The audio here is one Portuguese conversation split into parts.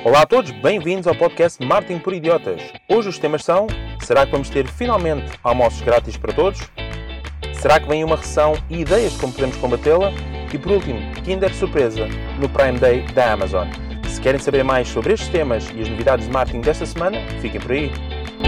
Olá a todos, bem-vindos ao podcast Marketing por Idiotas. Hoje os temas são: será que vamos ter finalmente almoços grátis para todos? Será que vem uma recessão e ideias de como podemos combatê-la? E por último, Kinder Surpresa no Prime Day da Amazon. Se querem saber mais sobre estes temas e as novidades de marketing desta semana, fiquem por aí.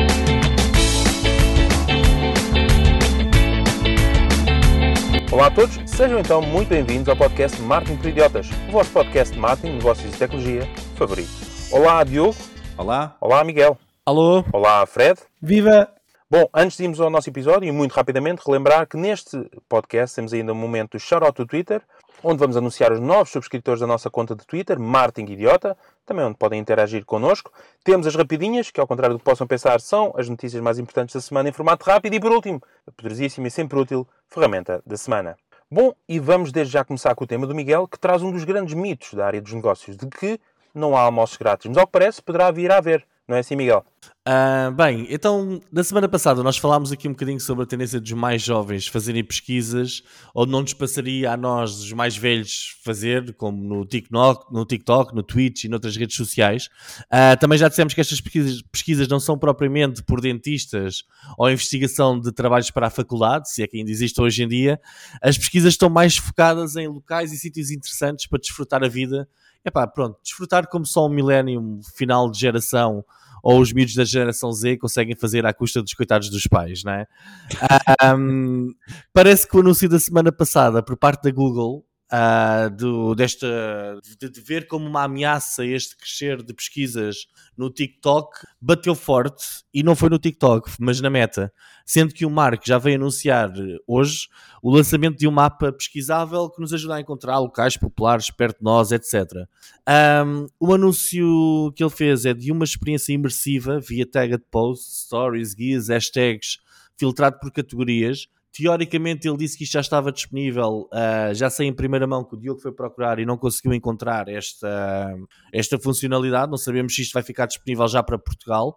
Olá a todos, sejam então muito bem-vindos ao podcast Marketing por Idiotas, o vosso podcast de marketing, negócios e tecnologia favorito. Olá Diogo. Olá. Olá Miguel. Alô. Olá Fred. Viva! Bom, antes de irmos ao nosso episódio, e muito rapidamente relembrar que neste podcast temos ainda um momento do shout-out do Twitter, onde vamos anunciar os novos subscritores da nossa conta de Twitter, Marketing Idiota, também onde podem interagir connosco. Temos as rapidinhas, que ao contrário do que possam pensar, são as notícias mais importantes da semana em formato rápido. E por último, a poderosíssima e sempre útil ferramenta da semana. Bom, e vamos desde já começar com o tema do Miguel, que traz um dos grandes mitos da área dos negócios, de que não há almoços grátis. Mas ao que parece, poderá vir a haver. Não é assim, Miguel? Bem, então, na semana passada nós falámos aqui um bocadinho sobre a tendência dos mais jovens fazerem pesquisas, onde não nos passaria a nós, os mais velhos, fazer, como no TikTok, no Twitch e noutras redes sociais. Também já dissemos que estas pesquisas não são propriamente por dentistas ou investigação de trabalhos para a faculdade, se é que ainda existe hoje em dia. As pesquisas estão mais focadas em locais e sítios interessantes para desfrutar a vida. Desfrutar como só um millennium final de geração ou os miúdos da geração Z conseguem fazer à custa dos coitados dos pais, não é? Parece que o anúncio da semana passada por parte da Google de ver como uma ameaça este crescer de pesquisas no TikTok bateu forte, e não foi no TikTok, mas na Meta, sendo que o Mark já veio anunciar hoje o lançamento de um mapa pesquisável que nos ajuda a encontrar locais populares perto de nós, etc. O anúncio que ele fez é de uma experiência imersiva via tagged posts, stories, guias, hashtags, filtrado por categorias. Teoricamente ele disse que isto já estava disponível, já sei em primeira mão que o Diogo foi procurar e não conseguiu encontrar esta funcionalidade. Não sabemos se isto vai ficar disponível já para Portugal.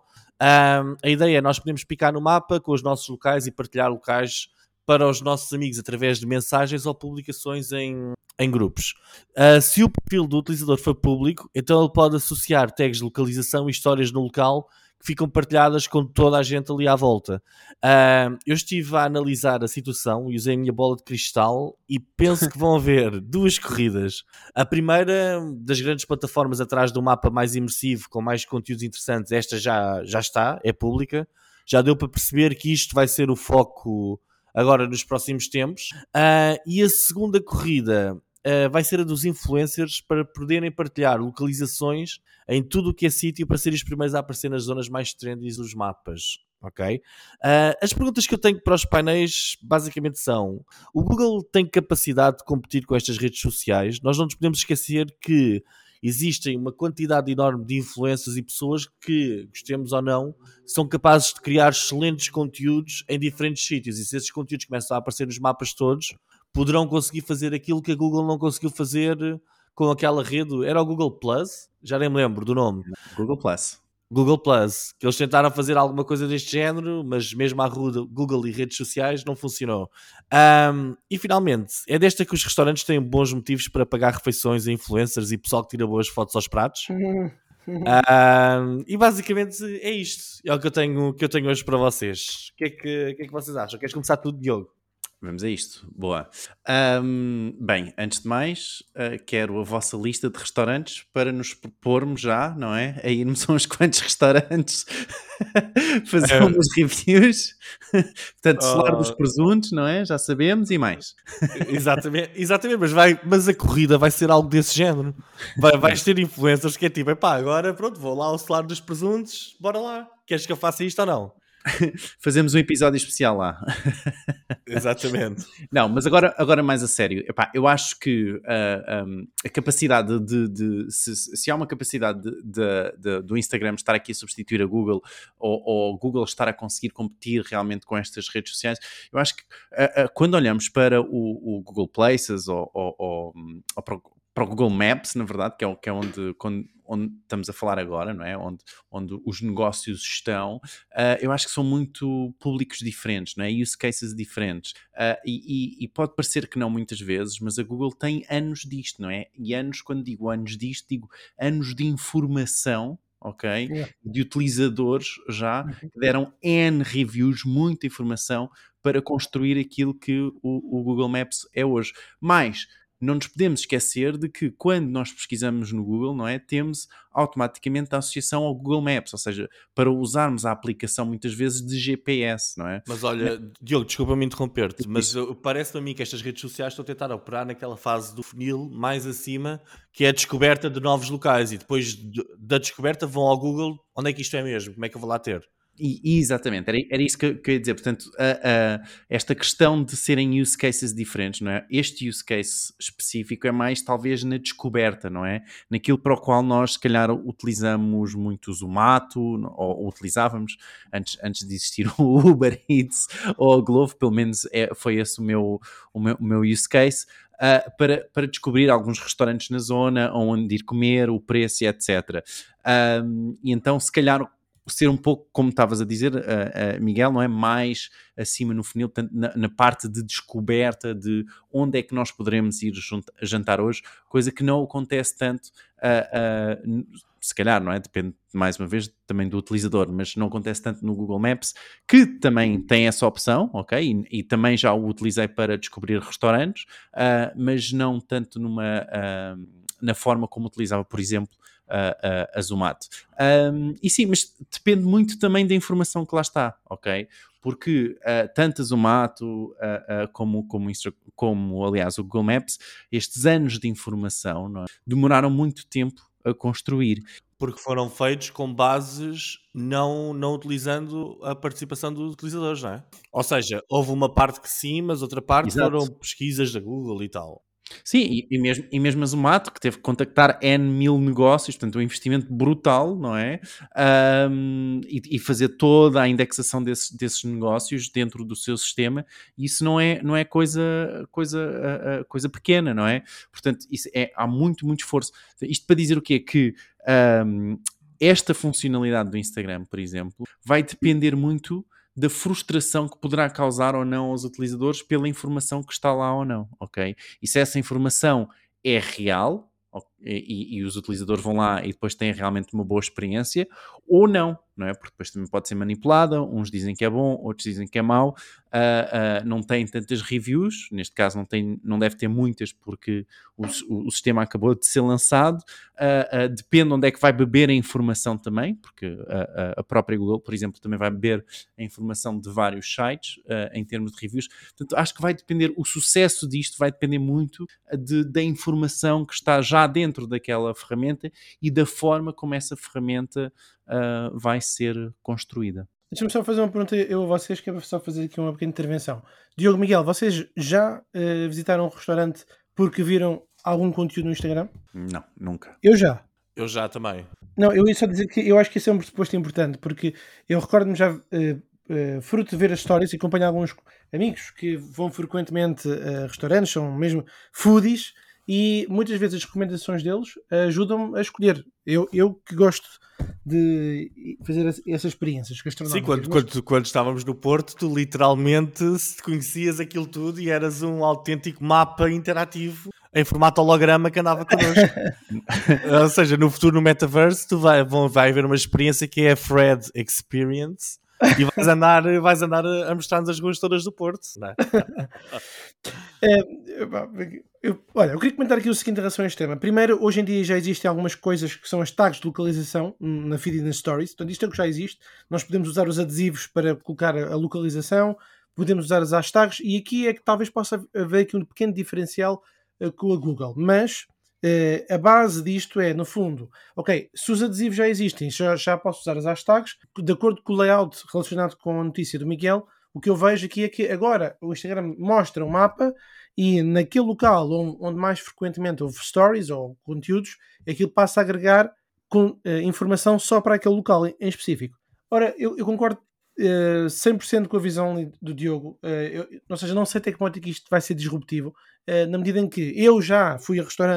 A ideia é nós podemos picar no mapa com os nossos locais e partilhar locais para os nossos amigos através de mensagens ou publicações em grupos. Se o perfil do utilizador for público, então ele pode associar tags de localização e histórias no local que ficam partilhadas com toda a gente ali à volta. Eu estive a analisar a situação e usei a minha bola de cristal e penso que vão haver duas corridas. A primeira das grandes plataformas atrás do mapa mais imersivo, com mais conteúdos interessantes, esta já está, é pública. Já deu para perceber que isto vai ser o foco agora nos próximos tempos. E a segunda corrida vai ser a dos influencers para poderem partilhar localizações em tudo o que é sítio para serem os primeiros a aparecer nas zonas mais trendy dos mapas. Ok? As perguntas que eu tenho para os painéis basicamente são: o Google tem capacidade de competir com estas redes sociais? Nós não nos podemos esquecer que existem uma quantidade enorme de influencers e pessoas que, gostemos ou não, são capazes de criar excelentes conteúdos em diferentes sítios, e se esses conteúdos começam a aparecer nos mapas todos, poderão conseguir fazer aquilo que a Google não conseguiu fazer com aquela rede. Era o Google Plus? Já nem me lembro do nome. Google Plus. Google Plus, que eles tentaram fazer alguma coisa deste género, mas mesmo à Google e redes sociais não funcionou. E finalmente, é desta que os restaurantes têm bons motivos para pagar refeições a influencers e pessoal que tira boas fotos aos pratos. E basicamente é isto. É o que eu tenho hoje para vocês. O que é que vocês acham? Queres começar tudo, Diogo? Vamos a isto. Boa. Bem, antes de mais, quero a vossa lista de restaurantes para nos propormos já, não é? A irmos a uns quantos restaurantes fazer umas reviews. Portanto, Solar dos Presuntos, não é? Já sabemos, e mais. Exatamente, mas a corrida vai ser algo desse género. Vais ter influencers que é tipo, agora pronto, vou lá ao Solar dos Presuntos, bora lá. Queres que eu faça isto ou não? Fazemos um episódio especial lá. Exatamente. Não, mas agora mais a sério. Eu acho que a capacidade se há uma capacidade do Instagram estar aqui a substituir a Google, ou Google estar a conseguir competir realmente com estas redes sociais, eu acho que quando olhamos para o Google Places ou para o Google Maps, na verdade, que é onde estamos a falar agora, não é? Onde os negócios estão, eu acho que são muito públicos diferentes, não é? Use cases diferentes. E pode parecer que não muitas vezes, mas a Google tem anos disto, não é? E anos, quando digo anos disto, digo anos de informação, ok? Yeah. De utilizadores já que deram N reviews, muita informação para construir aquilo que o Google Maps é hoje. Mas não nos podemos esquecer de que quando nós pesquisamos no Google, não é? Temos automaticamente a associação ao Google Maps, ou seja, para usarmos a aplicação muitas vezes de GPS, não é? Mas olha, Diogo, desculpa-me interromper-te, mas parece-me a mim que estas redes sociais estão a tentar operar naquela fase do funil mais acima, que é a descoberta de novos locais, e depois da descoberta vão ao Google, onde é que isto é mesmo? Como é que eu vou lá ter? Exatamente, era isso que eu ia dizer. Portanto, esta questão de serem use cases diferentes, não é? Este use case específico é mais talvez na descoberta, não é? Naquilo para o qual nós se calhar utilizamos muito o Zomato, ou utilizávamos antes de existir o Uber Eats ou o Glovo, pelo menos foi esse o meu use case. Para descobrir alguns restaurantes na zona, onde ir comer, o preço e etc. E então, se calhar, ser um pouco, como estavas a dizer, Miguel, não é? Mais acima no funil, na parte de descoberta de onde é que nós poderemos ir jantar hoje, coisa que não acontece tanto, se calhar, não é? Depende, mais uma vez, também do utilizador, mas não acontece tanto no Google Maps, que também tem essa opção, ok? E também já o utilizei para descobrir restaurantes, mas não tanto na forma como utilizava, por exemplo, a Zomato. E sim, mas depende muito também da informação que lá está, ok? Porque tanto a Zomato como, aliás, o Google Maps, estes anos de informação, não é? Demoraram muito tempo a construir. Porque foram feitos com bases não utilizando a participação dos utilizadores, não é? Ou seja, houve uma parte que sim, mas outra parte Exato. foram pesquisas da Google e tal. Sim, e mesmo a Zomato, que teve que contactar N mil negócios, portanto um investimento brutal, não é? E fazer toda a indexação desses negócios dentro do seu sistema, isso não é coisa pequena, não é? Portanto, há muito esforço. Isto para dizer o quê? Que esta funcionalidade do Instagram, por exemplo, vai depender muito da frustração que poderá causar ou não aos utilizadores pela informação que está lá ou não, ok? E se essa informação é real, e os utilizadores vão lá e depois têm realmente uma boa experiência, ou não é? Porque depois também pode ser manipulada, uns dizem que é bom, outros dizem que é mau, não tem tantas reviews, neste caso não deve ter muitas porque o sistema acabou de ser lançado, depende onde é que vai beber a informação também, porque a própria Google, por exemplo, também vai beber a informação de vários sites em termos de reviews. Portanto, acho que vai depender, o sucesso disto vai depender muito da informação que está já dentro daquela ferramenta e da forma como essa ferramenta vai ser construída. Deixa-me só fazer uma pergunta eu a vocês, que é só fazer aqui uma pequena intervenção. Diogo, Miguel, vocês já visitaram um restaurante porque viram algum conteúdo no Instagram? Não, nunca. Eu já. Eu já também. Não, eu ia só dizer que eu acho que esse é um pressuposto importante, porque eu recordo-me já, fruto de ver as histórias e acompanhar alguns amigos que vão frequentemente a restaurantes, são mesmo foodies, e muitas vezes as recomendações deles ajudam-me a escolher. Eu que gosto de fazer essas experiências gastronómicas. Sim, quando estávamos no Porto, tu literalmente conhecias aquilo tudo e eras um autêntico mapa interativo em formato holograma que andava connosco. Ou seja, no futuro, no Metaverse, vai haver uma experiência que é a Fred Experience e vais andar a mostrar-nos as ruas todas do Porto. Não é? Olha, eu queria comentar aqui o seguinte em relação a este tema. Primeiro, hoje em dia já existem algumas coisas que são as tags de localização na feed e nas stories. Portanto, isto é o que já existe. Nós podemos usar os adesivos para colocar a localização, podemos usar as hashtags, e aqui é que talvez possa haver aqui um pequeno diferencial com a Google. Mas a base disto é, no fundo, ok, se os adesivos já existem, já posso usar as hashtags, de acordo com o layout relacionado com a notícia do Miguel. O que eu vejo aqui é que agora o Instagram mostra um mapa e naquele local onde mais frequentemente houve stories ou conteúdos, aquilo passa a agregar informação só para aquele local em específico. Ora, eu concordo 100% com a visão do Diogo, ou seja, não sei até que ponto é que isto vai ser disruptivo, na medida em que eu já fui a restaurantes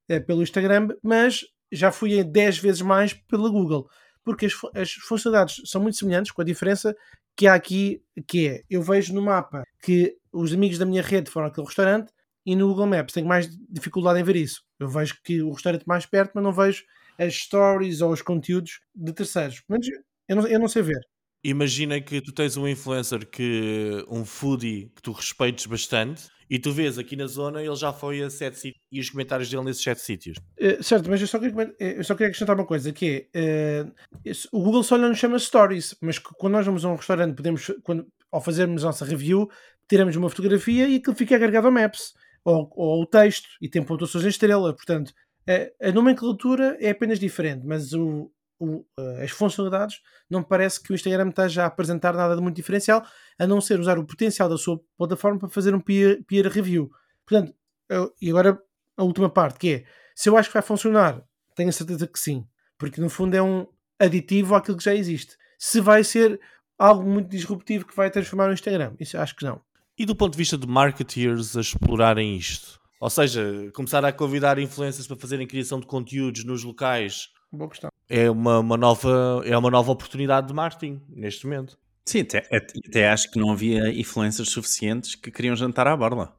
pelo Instagram, mas já fui 10 vezes mais pela Google, porque as funcionalidades são muito semelhantes, com a diferença que há aqui, que é, eu vejo no mapa que os amigos da minha rede foram àquele restaurante, e no Google Maps tenho mais dificuldade em ver isso. Eu vejo que o restaurante mais perto, mas não vejo as stories ou os conteúdos de terceiros. Mas eu não sei ver. Imagina que tu tens um influencer, um foodie que tu respeites bastante, e tu vês aqui na zona, ele já foi a 7 sítios e os comentários dele nesses 7 sítios. Certo, mas eu só queria acrescentar uma coisa, que é, o Google só não nos chama Stories, mas quando nós vamos a um restaurante, ao fazermos a nossa review, tiramos uma fotografia e aquilo fica agregado ao Maps, ou o texto, e tem pontuações em estrela. Portanto, a nomenclatura é apenas diferente, mas as funcionalidades não me parece que o Instagram esteja a apresentar nada de muito diferencial, a não ser usar o potencial da sua plataforma para fazer um peer review. Portanto, e agora a última parte, que é, se eu acho que vai funcionar, tenho a certeza que sim, porque no fundo é um aditivo àquilo que já existe. Se vai ser algo muito disruptivo que vai transformar o Instagram, isso acho que não. E do ponto de vista de marketeers a explorarem isto? Ou seja, começar a convidar influencers para fazerem criação de conteúdos nos locais. Boa questão. É uma nova oportunidade de marketing neste momento. Sim, até acho que não havia influencers suficientes que queriam jantar à borla.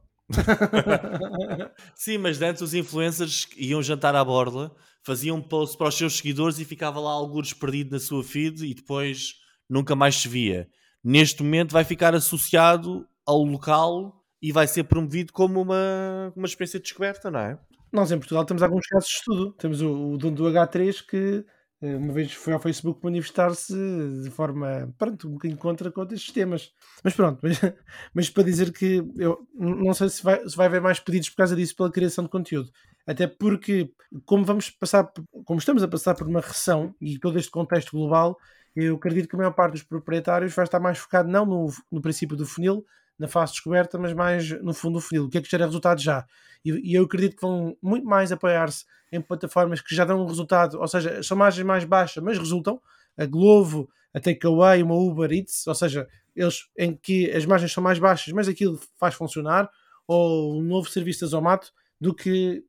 Sim, mas antes os influencers iam jantar à borla, faziam um post para os seus seguidores e ficava lá algures perdido na sua feed e depois nunca mais se via. Neste momento vai ficar associado ao local e vai ser promovido como uma experiência de descoberta, não é? Nós em Portugal temos alguns casos de estudo. Temos o dono do H3 que uma vez foi ao Facebook manifestar-se de forma, pronto, um bocadinho contra estes temas. Mas pronto, mas para dizer que eu não sei se vai haver mais pedidos por causa disso pela criação de conteúdo. Até porque, como estamos a passar por uma recessão e todo este contexto global, eu acredito que a maior parte dos proprietários vai estar mais focado não no princípio do funil, na fase de descoberta, mas mais no fundo do funil. O que é que gera resultado já? E eu acredito que vão muito mais apoiar-se em plataformas que já dão um resultado, ou seja, são margens mais baixas, mas resultam. A Glovo, a Takeaway, uma Uber Eats, ou seja, eles em que as margens são mais baixas, mas aquilo faz funcionar, ou um novo serviço da Zomato, do que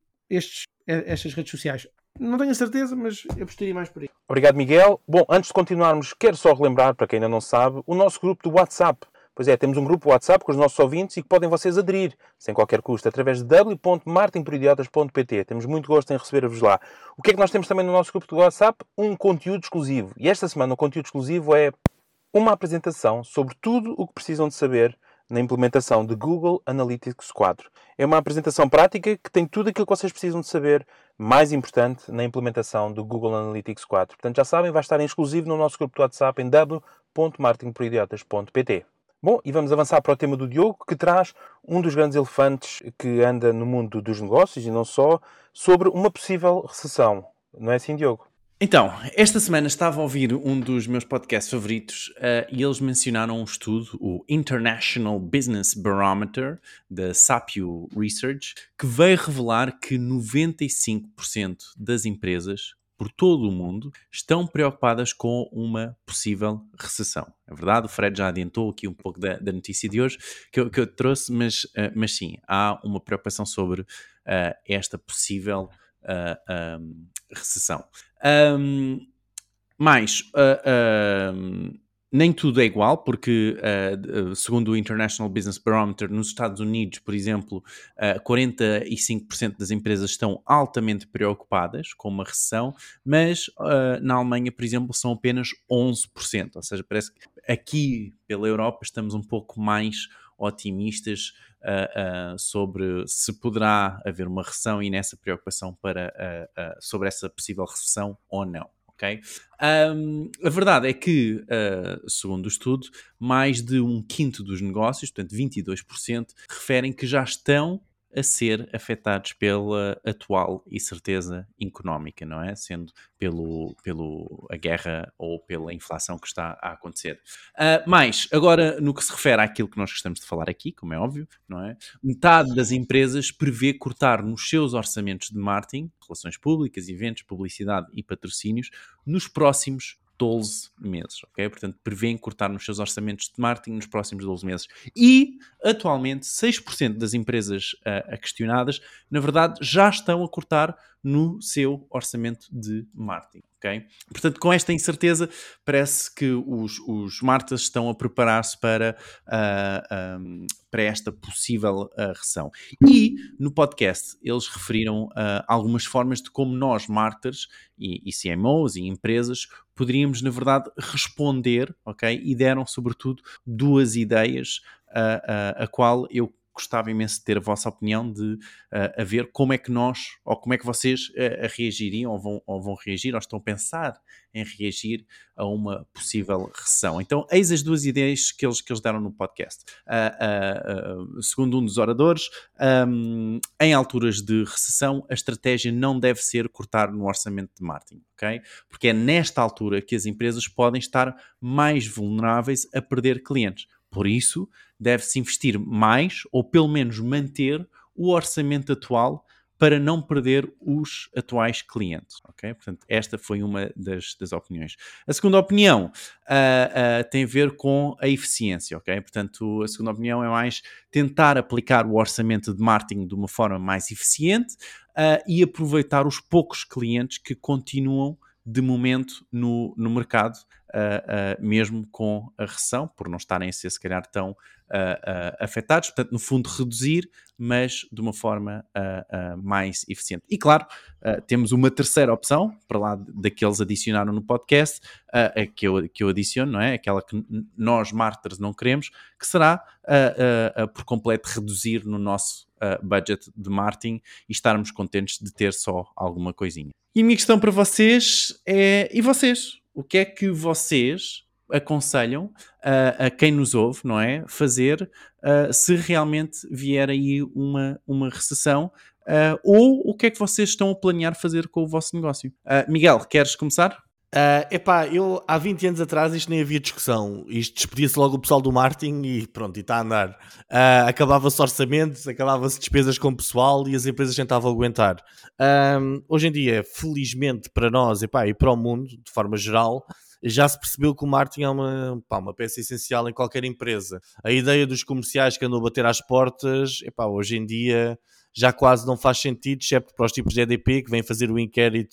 estas redes sociais. Não tenho a certeza, mas eu apostaria mais por aí. Obrigado, Miguel. Bom, antes de continuarmos, quero só relembrar, para quem ainda não sabe, o nosso grupo do WhatsApp. Pois é, temos um grupo WhatsApp com os nossos ouvintes e que podem vocês aderir, sem qualquer custo, através de w.martinporidiotas.pt. Temos muito gosto em receber-vos lá. O que é que nós temos também no nosso grupo do WhatsApp? Um conteúdo exclusivo. E esta semana o conteúdo exclusivo é uma apresentação sobre tudo o que precisam de saber na implementação de Google Analytics 4. É uma apresentação prática que tem tudo aquilo que vocês precisam de saber, mais importante, na implementação do Google Analytics 4. Portanto, já sabem, vai estar em exclusivo no nosso grupo do WhatsApp em w.martinporidiotas.pt. Bom, e vamos avançar para o tema do Diogo, que traz um dos grandes elefantes que anda no mundo dos negócios, e não só, sobre uma possível recessão. Não é assim, Diogo? Então, esta semana estava a ouvir um dos meus podcasts favoritos e eles mencionaram um estudo, o International Business Barometer, da Sapio Research, que veio revelar que 95% das empresas por todo o mundo estão preocupadas com uma possível recessão. É verdade, o Fred já adiantou aqui um pouco da notícia de hoje que eu trouxe, mas sim, há uma preocupação sobre esta possível recessão. Nem tudo é igual, porque segundo o International Business Barometer, nos Estados Unidos, por exemplo, 45% das empresas estão altamente preocupadas com uma recessão, mas na Alemanha, por exemplo, são apenas 11%. Ou seja, parece que aqui pela Europa estamos um pouco mais otimistas sobre se poderá haver uma recessão e nessa preocupação sobre essa possível recessão ou não. Okay? A verdade é que, segundo o estudo, mais de um quinto dos negócios, portanto 22%, referem que já estão a ser afetados pela atual incerteza económica, não é? Sendo a guerra ou pela inflação que está a acontecer. Mas, agora, no que se refere àquilo que nós gostamos de falar aqui, como é óbvio, não é? Metade das empresas prevê cortar nos seus orçamentos de marketing, relações públicas, eventos, publicidade e patrocínios, nos próximos 12 meses, ok? Portanto, prevêem cortar nos seus orçamentos de marketing nos próximos 12 meses. E, atualmente, 6% das empresas questionadas, na verdade, já estão a cortar no seu orçamento de marketing, ok? Portanto, com esta incerteza, parece que os marketers estão a preparar-se para esta possível recessão. E, no podcast, eles referiram algumas formas de como nós, marketers e CMOs e empresas, poderíamos, na verdade, responder, ok? E deram, sobretudo, 2 ideias a qual eu gostava imenso de ter a vossa opinião de a ver como é que nós, ou como é que vocês reagiriam, ou vão reagir, ou estão a pensar em reagir a uma possível recessão. Então, eis as 2 ideias que eles deram no podcast. Segundo um dos oradores, em alturas de recessão, a estratégia não deve ser cortar no orçamento de marketing, ok? Porque é nesta altura que as empresas podem estar mais vulneráveis a perder clientes. Por isso, deve-se investir mais, ou pelo menos manter, o orçamento atual para não perder os atuais clientes, ok? Portanto, esta foi uma das opiniões. A segunda opinião tem a ver com a eficiência, ok? Portanto, a segunda opinião é mais tentar aplicar o orçamento de marketing de uma forma mais eficiente e aproveitar os poucos clientes que continuam de momento no mercado, mesmo com a recessão, por não estarem a ser, se calhar, tão afetados. Portanto, no fundo, reduzir, mas de uma forma mais eficiente. E, claro, temos uma terceira opção, para lá daqueles adicionaram no podcast, que eu adiciono, não é? Aquela que nós, marketers, não queremos, que será, por completo, reduzir no nosso budget de marketing e estarmos contentes de ter só alguma coisinha. E a minha questão para vocês é, e vocês? O que é que vocês aconselham a quem nos ouve, não é? Fazer se realmente vier aí uma recessão, ou o que é que vocês estão a planear fazer com o vosso negócio? Miguel, queres começar? Eu há 20 anos atrás isto nem havia discussão, isto despedia-se logo o pessoal do marketing e pronto, e está a andar. Acabava-se orçamentos, acabava-se despesas com o pessoal e as empresas tentavam aguentar. Hoje em dia, felizmente para nós e para o mundo, de forma geral, já se percebeu que o marketing é uma peça essencial em qualquer empresa. A ideia dos comerciais que andam a bater às portas, hoje em dia já quase não faz sentido, excepto para os tipos de EDP que vêm fazer o inquérito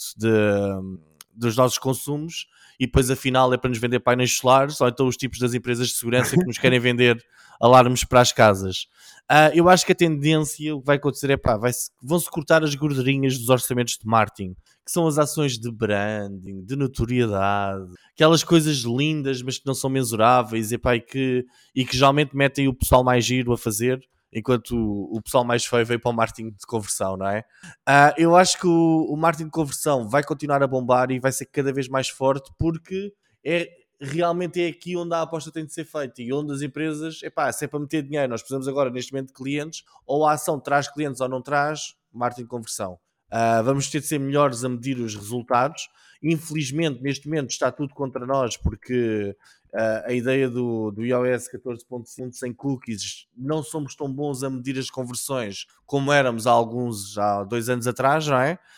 dos nossos consumos e depois afinal é para nos vender painéis solares, ou então os tipos das empresas de segurança que nos querem vender alarmes para as casas. Eu acho que a tendência, o que vai acontecer vão-se cortar as gordurinhas dos orçamentos de marketing, que são as ações de branding, de notoriedade, aquelas coisas lindas mas que não são mensuráveis e que geralmente metem o pessoal mais giro a fazer, enquanto o pessoal mais feio veio para o marketing de conversão, não é? Eu acho que o marketing de conversão vai continuar a bombar e vai ser cada vez mais forte porque realmente é aqui onde a aposta tem de ser feita e onde as empresas, se é para meter dinheiro, nós precisamos agora neste momento de clientes, ou a ação traz clientes ou não traz, marketing de conversão. Vamos ter de ser melhores a medir os resultados. Infelizmente, neste momento está tudo contra nós porque a ideia do iOS 14.1 sem cookies, não somos tão bons a medir as conversões como éramos há 2 anos atrás, não é?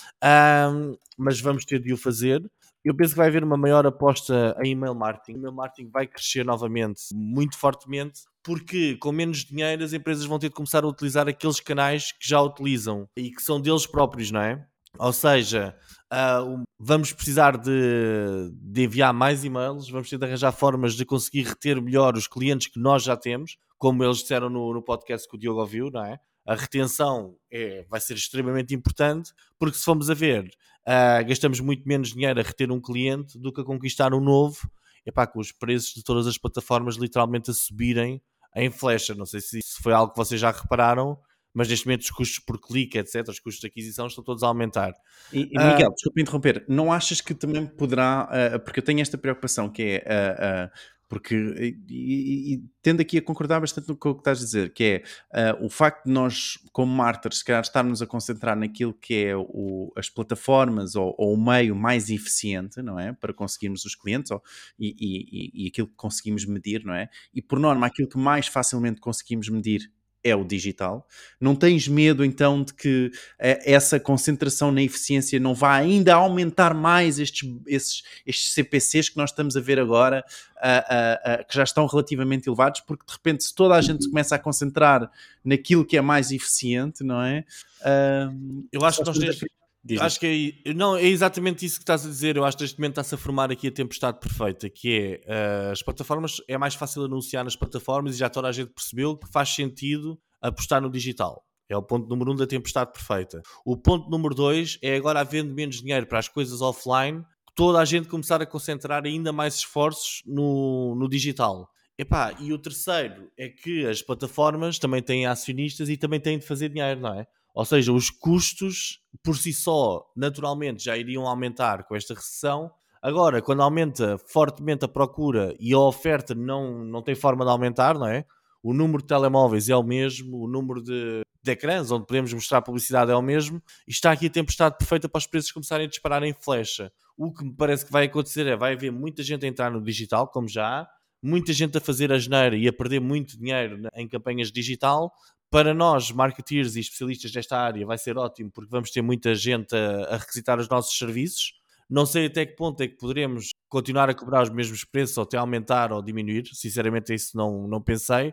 Mas vamos ter de o fazer. Eu penso que vai haver uma maior aposta em email marketing. O email marketing vai crescer novamente, muito fortemente, porque com menos dinheiro as empresas vão ter de começar a utilizar aqueles canais que já utilizam e que são deles próprios, não é? Ou seja, vamos precisar de enviar mais e-mails, vamos ter de arranjar formas de conseguir reter melhor os clientes que nós já temos, como eles disseram no podcast que o Diogo ouviu, não é? A retenção vai ser extremamente importante, porque se formos a ver, gastamos muito menos dinheiro a reter um cliente do que a conquistar um novo, com os preços de todas as plataformas literalmente a subirem em flecha. Não sei se isso foi algo que vocês já repararam, mas neste momento os custos por clique, etc., os custos de aquisição estão todos a aumentar. E Miguel, desculpa interromper, não achas que também poderá, porque eu tenho esta preocupação que é, porque, e tendo aqui a concordar bastante com o que estás a dizer, que é o facto de nós, como marketers, se calhar estarmos a concentrar naquilo que é as plataformas ou o meio mais eficiente, não é? Para conseguirmos os clientes e aquilo que conseguimos medir, não é? E por norma, aquilo que mais facilmente conseguimos medir é o digital. Não tens medo então de que essa concentração na eficiência não vá ainda aumentar mais estes CPCs que nós estamos a ver agora, que já estão relativamente elevados, porque de repente se toda a gente se começa a concentrar naquilo que é mais eficiente, não é? Eu acho que nós acho que é exatamente isso que estás a dizer. Eu acho que neste momento está-se a formar aqui a tempestade perfeita, que é as plataformas, é mais fácil anunciar nas plataformas e já toda a gente percebeu que faz sentido apostar no digital. É o ponto número 1 da tempestade perfeita. O ponto número 2 é agora, havendo menos dinheiro para as coisas offline, toda a gente começar a concentrar ainda mais esforços no digital. E o terceiro é que as plataformas também têm acionistas e também têm de fazer dinheiro, não é? Ou seja, os custos por si só, naturalmente, já iriam aumentar com esta recessão. Agora, quando aumenta fortemente a procura e a oferta não tem forma de aumentar, não é? O número de telemóveis é o mesmo, o número de ecrãs onde podemos mostrar publicidade é o mesmo, e está aqui a tempestade perfeita para os preços começarem a disparar em flecha. O que me parece que vai acontecer vai haver muita gente a entrar no digital, como já há, muita gente a fazer asneira e a perder muito dinheiro em campanhas digital. Para nós, marketeers e especialistas desta área, vai ser ótimo, porque vamos ter muita gente a requisitar os nossos serviços. Não sei até que ponto é que poderemos continuar a cobrar os mesmos preços, ou até aumentar ou diminuir. Sinceramente, isso não pensei.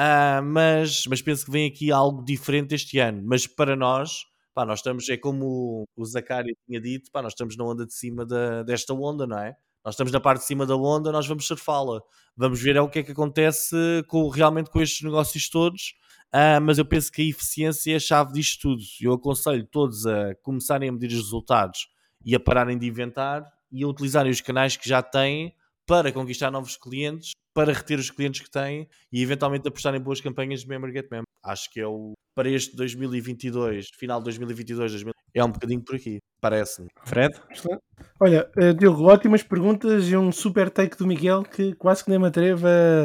Mas penso que vem aqui algo diferente este ano. Mas para nós, nós estamos, é como o Zacário tinha dito, nós estamos na onda de cima desta onda, não é? Nós estamos na parte de cima da onda, nós vamos surfá-la. Vamos ver o que é que acontece realmente com estes negócios todos. Mas eu penso que a eficiência é a chave disto tudo. Eu aconselho todos a começarem a medir os resultados e a pararem de inventar e a utilizarem os canais que já têm para conquistar novos clientes, para reter os clientes que têm e eventualmente apostar em boas campanhas de Member Get Member. Acho que para este 2022, final de 2022, é um bocadinho por aqui, parece-me. Fred? Olha, Diogo, ótimas perguntas e um super take do Miguel que quase que nem me atrevo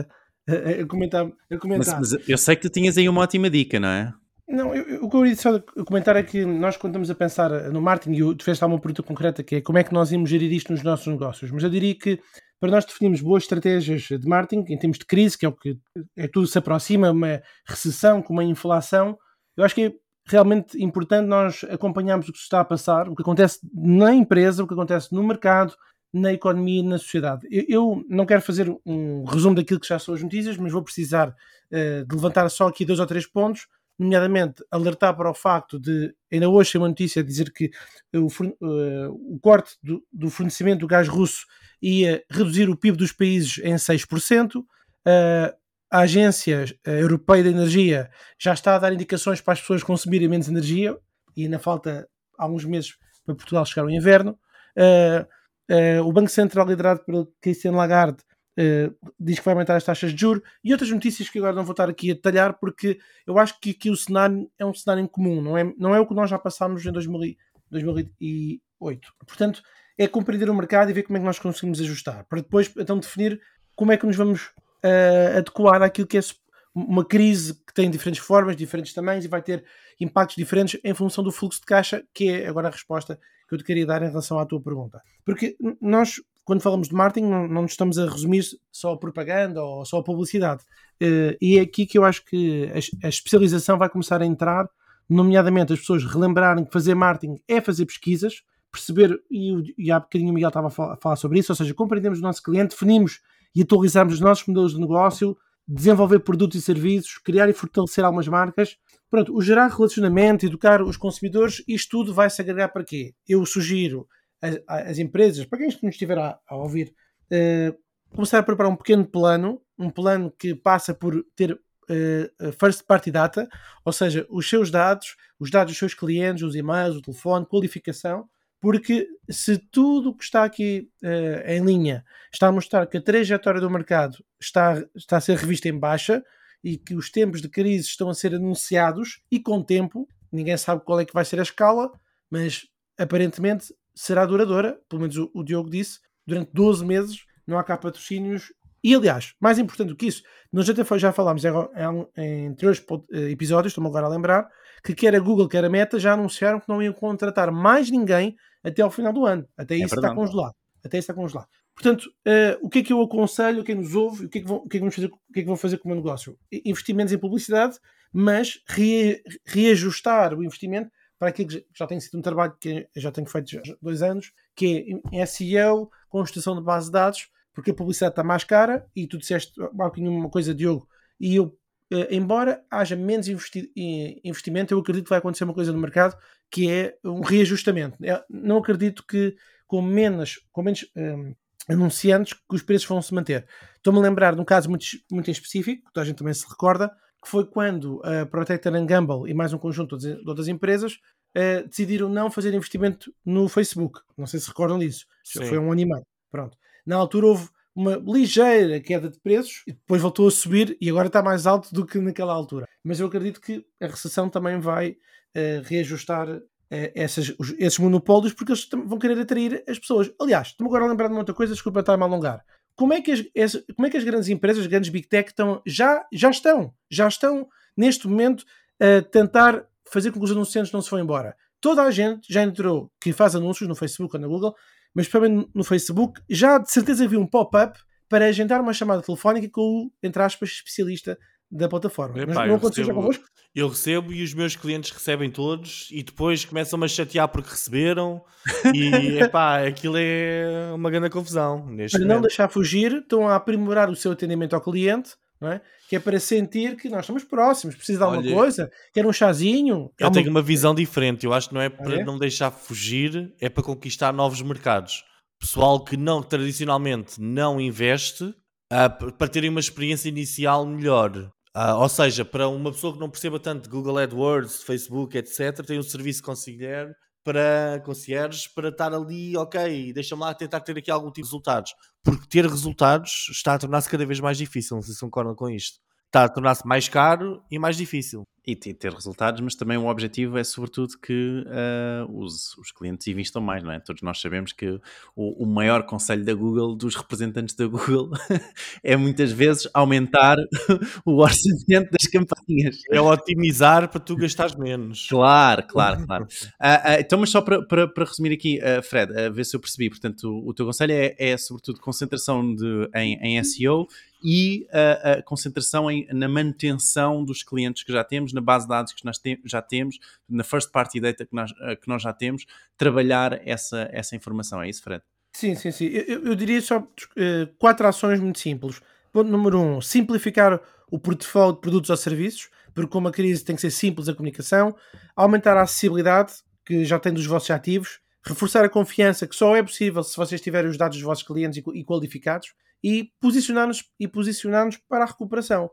a comentar. Mas eu sei que tu tinhas aí uma ótima dica, não é? Não, o que eu ia só comentar é que nós, quando estamos a pensar no marketing, e tu fizeste uma pergunta concreta, que é como é que nós íamos gerir isto nos nossos negócios, mas eu diria que para nós definirmos boas estratégias de marketing em termos de crise, que é o que tudo se aproxima, uma recessão com uma inflação, eu acho que é realmente importante nós acompanharmos o que se está a passar, o que acontece na empresa, o que acontece no mercado, na economia e na sociedade. Eu não quero fazer um resumo daquilo que já são as notícias, mas vou precisar de levantar só aqui 2 ou 3 pontos, nomeadamente alertar para o facto de, ainda hoje tem uma notícia a dizer que o corte do fornecimento do gás russo ia reduzir o PIB dos países em 6%. A Agência Europeia de Energia já está a dar indicações para as pessoas consumirem menos energia e ainda falta alguns meses para Portugal chegar ao inverno. O Banco Central, liderado pelo Christine Lagarde, diz que vai aumentar as taxas de juros e outras notícias que agora não vou estar aqui a detalhar, porque eu acho que aqui o cenário é um cenário em comum, não é o que nós já passámos em 2008. Portanto, é compreender o mercado e ver como é que nós conseguimos ajustar, para depois então definir como é que nos vamos adequar àquilo que é uma crise que tem diferentes formas, diferentes tamanhos e vai ter impactos diferentes em função do fluxo de caixa, que é agora a resposta que eu te queria dar em relação à tua pergunta. Porque nós, quando falamos de marketing, não nos estamos a resumir só a propaganda ou só a publicidade. E é aqui que eu acho que a especialização vai começar a entrar, nomeadamente as pessoas relembrarem que fazer marketing é fazer pesquisas, perceber, e há bocadinho o Miguel estava a falar sobre isso, ou seja, compreendemos o nosso cliente, definimos e atualizarmos os nossos modelos de negócio, desenvolver produtos e serviços, criar e fortalecer algumas marcas. Pronto, o gerar relacionamento, educar os consumidores, isto tudo vai se agregar para quê? Eu sugiro às empresas, para quem nos estiver a ouvir, começar a preparar um pequeno plano, um plano que passa por ter first party data, ou seja, os seus dados, os dados dos seus clientes, os e-mails, o telefone, qualificação, porque se tudo o que está aqui em linha está a mostrar que a trajetória do mercado está a ser revista em baixa e que os tempos de crise estão a ser anunciados e com tempo, ninguém sabe qual é que vai ser a escala, mas aparentemente será duradoura, pelo menos o Diogo disse, durante 12 meses não há cá patrocínios. E aliás, mais importante do que isso, nós já falámos em anteriores episódios, estou-me agora a lembrar, que quer a Google, quer a Meta já anunciaram que não iam contratar mais ninguém até ao final do ano. Até isso está congelado. Portanto, o que é que eu aconselho a quem nos ouve, o que é que vão fazer com o meu negócio? Investimentos em publicidade, mas reajustar o investimento para aquilo que já tem sido um trabalho que eu já tenho feito já há 2 anos, que é SEO, construção de base de dados, porque a publicidade está mais cara, e tu disseste uma coisa, Diogo, e eu, embora haja menos investimento, eu acredito que vai acontecer uma coisa no mercado, que é um reajustamento. Não acredito que com menos anunciantes que os preços vão se manter. Estou-me a lembrar de um caso muito, muito específico, que a gente também se recorda, que foi quando a Procter & Gamble e mais um conjunto de outras empresas decidiram não fazer investimento no Facebook. Não sei se recordam disso. Sim. Foi um ano e meio. Pronto. Na altura houve uma ligeira queda de preços e depois voltou a subir e agora está mais alto do que naquela altura. Mas eu acredito que a recessão também vai reajustar esses monopólios, porque eles vão querer atrair as pessoas. Aliás, estou-me agora a lembrar de uma outra coisa, desculpa estar-me a alongar. Como é que as grandes empresas, as grandes Big Tech já estão neste momento a tentar fazer com que os anunciantes não se vão embora? Toda a gente já entrou, que faz anúncios no Facebook ou na Google, mas principalmente no Facebook, já de certeza viu um pop-up para agendar uma chamada telefónica com o, entre aspas, especialista da plataforma. Epá, não aconteceu já convosco? Eu recebo e os meus clientes recebem todos e depois começam-me a chatear porque receberam e aquilo é uma grande confusão. Para não deixar fugir, estão a aprimorar o seu atendimento ao cliente, não é? Que é para sentir que nós estamos próximos, precisa de alguma coisa, quer um chazinho. Eu tenho uma visão diferente, eu acho que não é para não deixar fugir, é para conquistar novos mercados. Pessoal que tradicionalmente não investe, para terem uma experiência inicial melhor. Ou seja, para uma pessoa que não perceba tanto de Google AdWords, Facebook, etc., tem um serviço concierge para estar ali, ok, deixa-me lá tentar ter aqui algum tipo de resultados. Porque ter resultados está a tornar-se cada vez mais difícil, não sei se concordam com isto. Está a tornar-se mais caro e mais difícil. E ter resultados, mas também o objetivo é sobretudo que os clientes investam mais, não é? Todos nós sabemos que o maior conselho da Google, dos representantes da Google, é muitas vezes aumentar o orçamento das campanhas. É otimizar para tu gastares menos. Claro. Então, mas só para resumir aqui, Fred, a ver se eu percebi, portanto, o teu conselho é sobretudo concentração em SEO e a concentração na manutenção dos clientes que já temos, na base de dados que nós já temos, na first party data que nós já temos, trabalhar essa informação. É isso, Fred? Sim. Eu diria só 4 ações muito simples. Ponto número 1, simplificar o portfólio de produtos ou serviços, porque com uma crise tem que ser simples a comunicação, aumentar a acessibilidade que já tem dos vossos ativos, reforçar a confiança que só é possível se vocês tiverem os dados dos vossos clientes e qualificados, e posicionar-nos para a recuperação.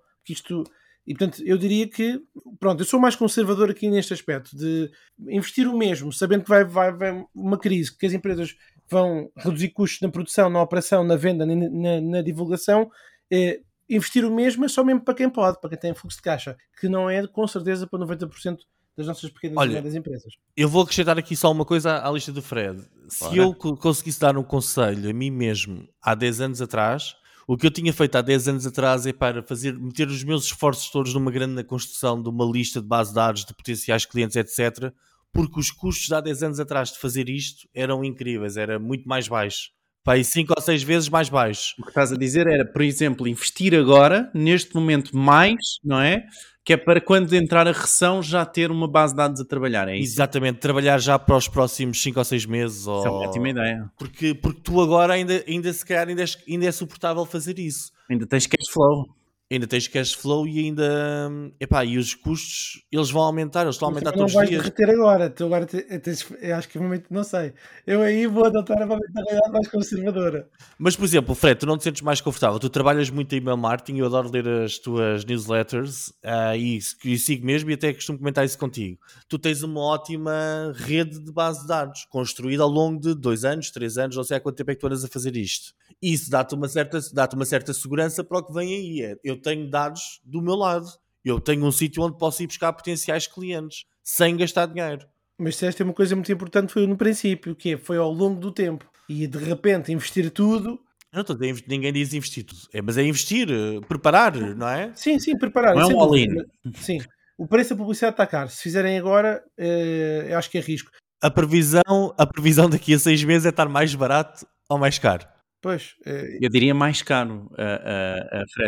E portanto, eu diria que, pronto, eu sou mais conservador aqui neste aspecto, de investir o mesmo, sabendo que vai uma crise, que as empresas vão reduzir custos na produção, na operação, na venda, na divulgação, investir o mesmo é só mesmo para quem pode, para quem tem fluxo de caixa, que não é com certeza para 90% das nossas pequenas e médias empresas. Eu vou acrescentar aqui só uma coisa à lista do Fred. Se eu conseguisse dar um conselho a mim mesmo há 10 anos atrás, o que eu tinha feito há 10 anos atrás é para meter os meus esforços todos numa grande construção de uma lista de base de dados de potenciais clientes, etc., porque os custos há 10 anos atrás de fazer isto eram incríveis, era muito mais baixo. E 5 ou 6 vezes mais baixo. O que estás a dizer era, por exemplo, investir agora, neste momento mais, não é? Que é para quando entrar a recessão já ter uma base de dados a trabalhar, é isso? Exatamente, trabalhar já para os próximos 5 ou 6 meses. Isso é uma ótima ideia. Porque tu agora ainda se calhar ainda é suportável fazer isso. Ainda tens cash flow. Ainda tens cash flow e ainda... e os custos, eles vão aumentar, eles estão a aumentar todos os dias. Não vais derreter agora. Tu agora eu acho que momento, não sei. Eu aí vou adotar a mentalidade mais conservadora. Mas, por exemplo, Fred, tu não te sentes mais confortável. Tu trabalhas muito em email marketing, eu adoro ler as tuas newsletters e sigo mesmo e até costumo comentar isso contigo. Tu tens uma ótima rede de base de dados construída ao longo de 2 anos, 3 anos, não sei há quanto tempo é que tu andas a fazer isto. Isso dá-te uma certa segurança para o que vem aí. Eu tenho dados do meu lado. Eu tenho um sítio onde posso ir buscar potenciais clientes sem gastar dinheiro. Mas se esta é uma coisa muito importante, foi no princípio, que foi ao longo do tempo. E de repente investir tudo... Eu não estou a dizer, ninguém diz investir tudo. Mas é investir, preparar, não é? Sim, preparar. Não é um all-in. Sim. O preço da publicidade está caro. Se fizerem agora, eu acho que é risco. A previsão daqui a 6 meses é estar mais barato ou mais caro? Pois. Eu diria mais caro, Fred.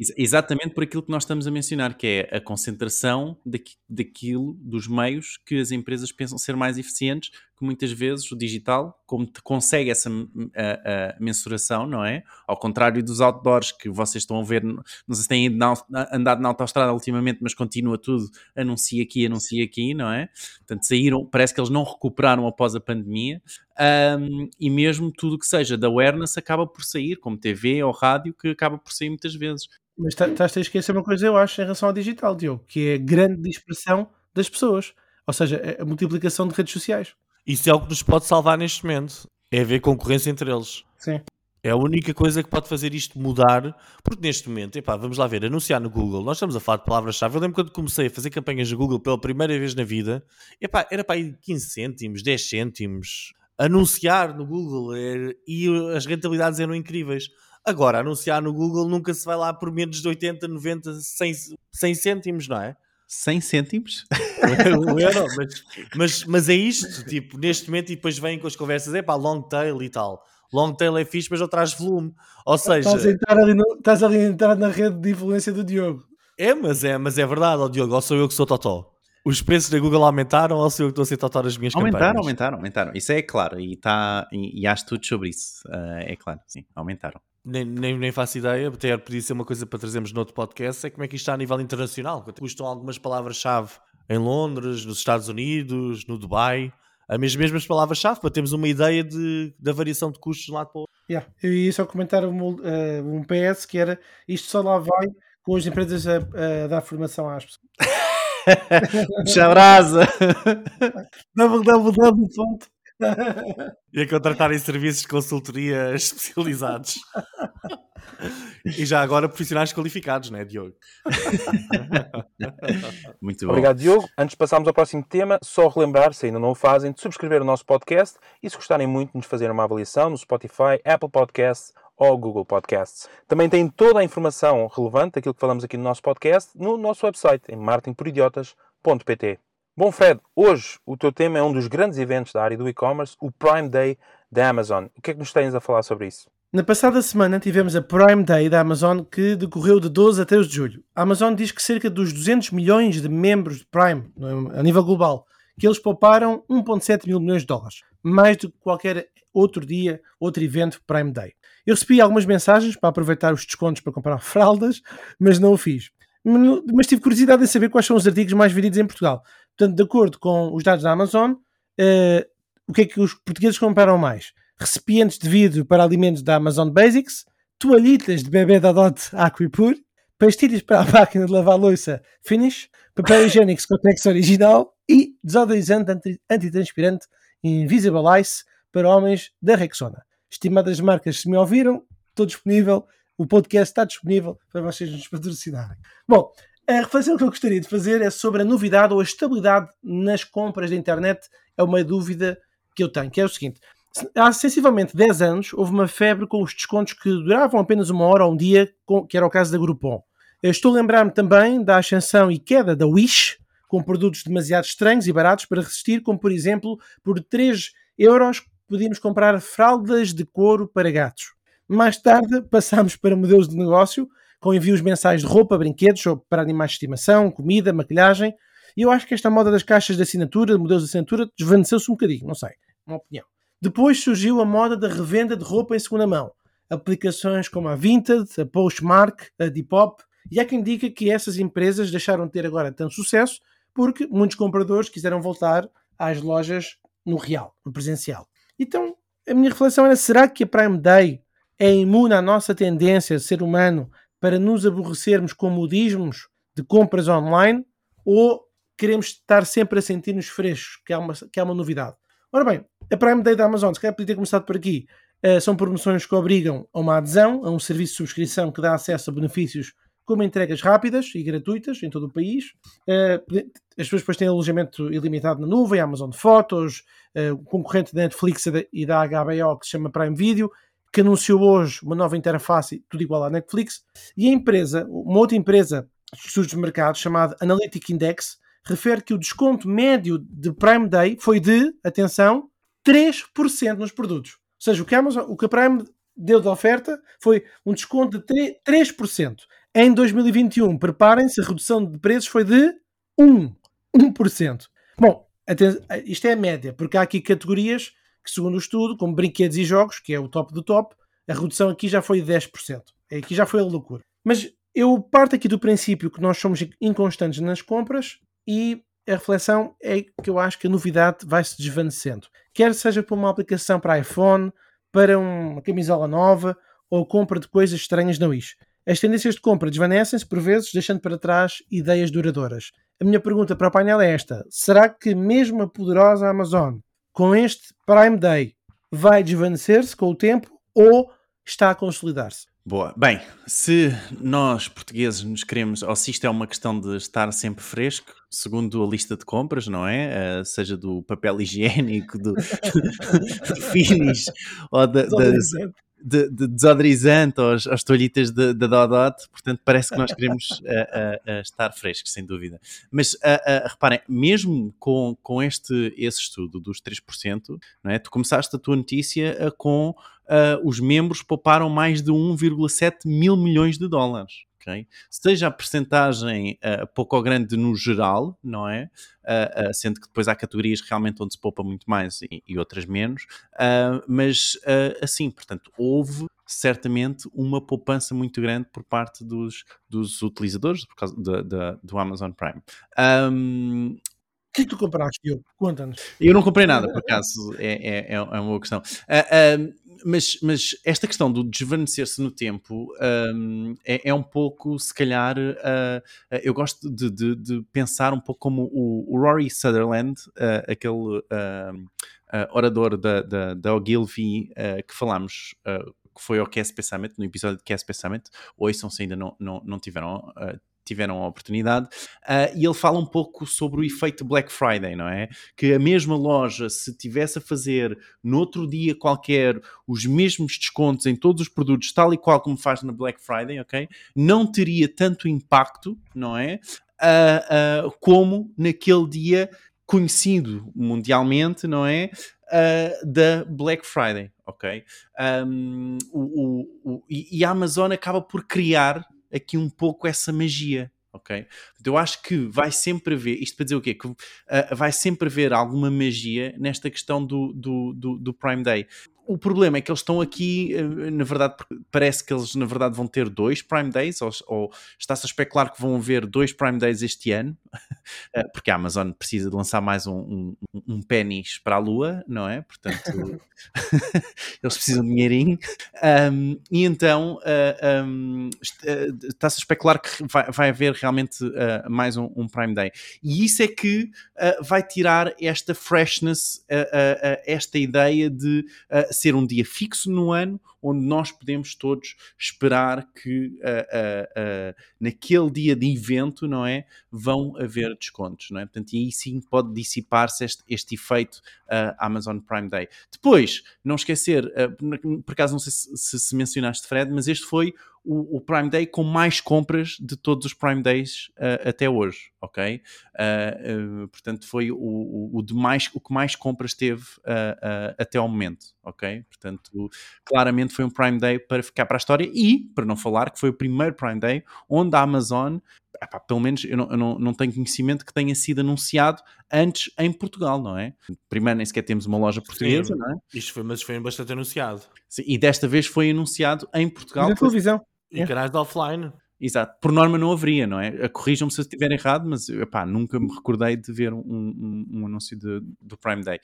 Exatamente por aquilo que nós estamos a mencionar, que é a concentração daquilo, dos meios que as empresas pensam ser mais eficientes, que muitas vezes o digital, como te consegue essa a mensuração, não é? Ao contrário dos outdoors que vocês estão a ver, não sei se têm andado na autoestrada ultimamente, mas continua tudo, anuncia aqui, não é? Portanto, saíram, parece que eles não recuperaram após a pandemia, e mesmo tudo que seja da awareness acaba por sair, como TV ou rádio, que acaba por sair muitas vezes. Mas estás a esquecer uma coisa, eu acho, em relação ao digital, Diogo, que é a grande dispersão das pessoas. Ou seja, a multiplicação de redes sociais. Isso é o que nos pode salvar neste momento. É haver concorrência entre eles. Sim. É a única coisa que pode fazer isto mudar, porque neste momento, epá, vamos lá ver, anunciar no Google, nós estamos a falar de palavras-chave. Eu lembro quando comecei a fazer campanhas no Google pela primeira vez na vida, epá, era para aí 15 cêntimos, 10 cêntimos. Anunciar no Google e as rentabilidades eram incríveis. Agora, anunciar no Google nunca se vai lá por menos de 80, 90, 100 cêntimos, não é? 100 cêntimos? Um euro, mas é isto, tipo, neste momento, e depois vêm com as conversas, é pá, long tail e tal. Long tail é fixe, mas não traz volume. Ou seja... Estás ali a entrar na rede de influência do Diogo. Mas é verdade, ó Diogo, ou sou eu que sou totó? Os preços da Google aumentaram ou sou eu que estou a ser totó nas minhas campanhas? Aumentaram. Isso é claro, e há estudos sobre isso. É claro, sim, aumentaram. Nem faço ideia, até podia ser uma coisa para trazermos noutro podcast, é como é que isto está a nível internacional. Custam algumas palavras-chave em Londres, nos Estados Unidos, no Dubai, as mesmas palavras-chave, para termos uma ideia da variação de custos de um lado para o outro. Yeah. Eu ia só comentar um PS que era, isto só lá vai com as empresas a dar formação às pessoas. Chabrasa! www. E a contratarem serviços de consultoria especializados. E já agora profissionais qualificados, não é, Diogo? Muito bom. Obrigado, Diogo. Antes de passarmos ao próximo tema, só relembrar, se ainda não o fazem, de subscrever o nosso podcast e, se gostarem muito, de nos fazer uma avaliação no Spotify, Apple Podcasts ou Google Podcasts. Também têm toda a informação relevante daquilo que falamos aqui no nosso podcast no nosso website, em marketingporidiotas.pt. Bom, Fred, hoje o teu tema é um dos grandes eventos da área do e-commerce, o Prime Day da Amazon. O que é que nos tens a falar sobre isso? Na passada semana tivemos a Prime Day da Amazon, que decorreu de 12 a 13 de julho. A Amazon diz que cerca dos 200 milhões de membros de Prime, a nível global, que eles pouparam 1,7 mil milhões de dólares. Mais do que qualquer outro dia, outro evento Prime Day. Eu recebi algumas mensagens para aproveitar os descontos para comprar fraldas, mas não o fiz. Mas tive curiosidade em saber quais são os artigos mais vendidos em Portugal. Portanto, de acordo com os dados da Amazon, o que é que os portugueses compraram mais? Recipientes de vidro para alimentos da Amazon Basics, toalhitas de bebê da Dot Aquipur, pastilhas para a máquina de lavar louça Finish, papel higiênico Scotex original e desodorizante antitranspirante Invisible Ice para homens da Rexona. Estimadas marcas, se me ouviram, estou disponível, o podcast está disponível para vocês nos patrocinarem. Bom, a reflexão que eu gostaria de fazer é sobre a novidade ou a estabilidade nas compras da internet. É uma dúvida que eu tenho, que é o seguinte: há sensivelmente 10 anos houve uma febre com os descontos que duravam apenas uma hora ou um dia, que era o caso da Groupon. Eu estou a lembrar-me também da ascensão e queda da Wish, com produtos demasiado estranhos e baratos para resistir, como por exemplo, por 3 euros podíamos comprar fraldas de couro para gatos. Mais tarde passámos para modelos de negócio, com envios mensais de roupa, brinquedos para animais de estimação, comida, maquilhagem, e eu acho que esta moda das caixas de assinatura, de modelos de assinatura, desvaneceu-se um bocadinho, não sei, uma opinião. Depois surgiu a moda da revenda de roupa em segunda mão. Aplicações como a Vinted, a Postmark, a Depop, e há quem diga que essas empresas deixaram de ter agora tanto sucesso porque muitos compradores quiseram voltar às lojas no real, no presencial. Então, a minha reflexão era, será que a Prime Day é imune à nossa tendência de ser humano para nos aborrecermos com modismos de compras online, ou queremos estar sempre a sentir-nos frescos, que é uma novidade? Ora bem, a Prime Day da Amazon, se calhar podia ter começado por aqui, são promoções que obrigam a uma adesão, a um serviço de subscrição que dá acesso a benefícios como entregas rápidas e gratuitas em todo o país. As pessoas depois têm alojamento ilimitado na nuvem, Amazon Fotos, o concorrente da Netflix e da HBO, que se chama Prime Video, que anunciou hoje uma nova interface, tudo igual à Netflix. E a empresa, uma outra empresa de estudos de mercado, chamada Analytic Index, refere que o desconto médio de Prime Day foi de, atenção, 3% nos produtos. Ou seja, o que a Prime deu de oferta foi um desconto de 3%. Em 2021, preparem-se, a redução de preços foi de 1%. Bom, isto é a média, porque há aqui categorias que, segundo o estudo, como brinquedos e jogos, que é o top do top, a redução aqui já foi de 10%. Aqui já foi a loucura. Mas eu parto aqui do princípio que nós somos inconstantes nas compras e a reflexão é que eu acho que a novidade vai se desvanecendo. Quer seja por uma aplicação para iPhone, para uma camisola nova ou compra de coisas estranhas na Wish. As tendências de compra desvanecem-se por vezes, deixando para trás ideias duradouras. A minha pergunta para o painel é esta: será que mesmo a poderosa Amazon, com este Prime Day, vai desvanecer-se com o tempo ou está a consolidar-se? Boa. Bem, se nós portugueses nos queremos, ou se isto é uma questão de estar sempre fresco, segundo a lista de compras, não é? Seja do papel higiênico, do Finish, ou de desodorizante, ou as toalhitas da Dodot, portanto parece que nós queremos estar frescos, sem dúvida. Mas reparem, mesmo com esse estudo dos 3%, não é? Tu começaste a tua notícia com os membros pouparam mais de 1,7 mil milhões de dólares. Okay? Seja a percentagem pouco ou grande no geral, não é? Sendo que depois há categorias realmente onde se poupa muito mais e outras menos, mas assim, portanto, houve certamente uma poupança muito grande por parte dos utilizadores por causa do Amazon Prime. O que tu compraste, Diogo? Conta-nos. Eu não comprei nada, por acaso, é uma boa questão. Mas esta questão do desvanecer-se no tempo é um pouco, se calhar, eu gosto de pensar um pouco como o Rory Sutherland, aquele orador da Ogilvy que falámos, que foi ao KSP Summit, no episódio de KSP Summit, ouçam se ainda não tiveram a oportunidade, e ele fala um pouco sobre o efeito Black Friday, não é? Que a mesma loja, se tivesse a fazer no outro dia qualquer os mesmos descontos em todos os produtos, tal e qual como faz na Black Friday, ok? Não teria tanto impacto, não é? Como naquele dia conhecido mundialmente, não é? Da Black Friday, ok? E a Amazon acaba por criar aqui um pouco essa magia, ok? Eu acho que vai sempre haver, isto para dizer o quê? Que vai sempre haver alguma magia nesta questão do Prime Day. O problema é que eles estão aqui, na verdade, parece que eles na verdade vão ter 2 Prime Days, ou está-se a especular que vão haver 2 Prime Days este ano, porque a Amazon precisa de lançar mais um pênis para a Lua, não é? Portanto, eles precisam de dinheirinho. E então está-se a especular que vai haver realmente mais um Prime Day. E isso é que vai tirar esta freshness, esta ideia de ser um dia fixo no ano, onde nós podemos todos esperar que naquele dia de evento, não é, vão haver descontos, não é? Portanto, e aí sim pode dissipar-se este efeito Amazon Prime Day. Depois, não esquecer, por acaso não sei se mencionaste, Fred, mas este foi o Prime Day com mais compras de todos os Prime Days até hoje, ok? Portanto, foi o que mais compras teve até ao momento, ok? Portanto, claramente foi um Prime Day para ficar para a história e, para não falar, que foi o primeiro Prime Day onde a Amazon, pelo menos eu não tenho conhecimento que tenha sido anunciado antes em Portugal, não é? Primeiro nem sequer temos uma loja portuguesa, Sim, não é? mas foi bastante anunciado. Sim, e desta vez foi anunciado em Portugal. Na televisão. E canais de offline. Exato. Por norma não haveria, não é? Corrijam-me se eu estiver errado, mas nunca me recordei de ver um anúncio do Prime Day.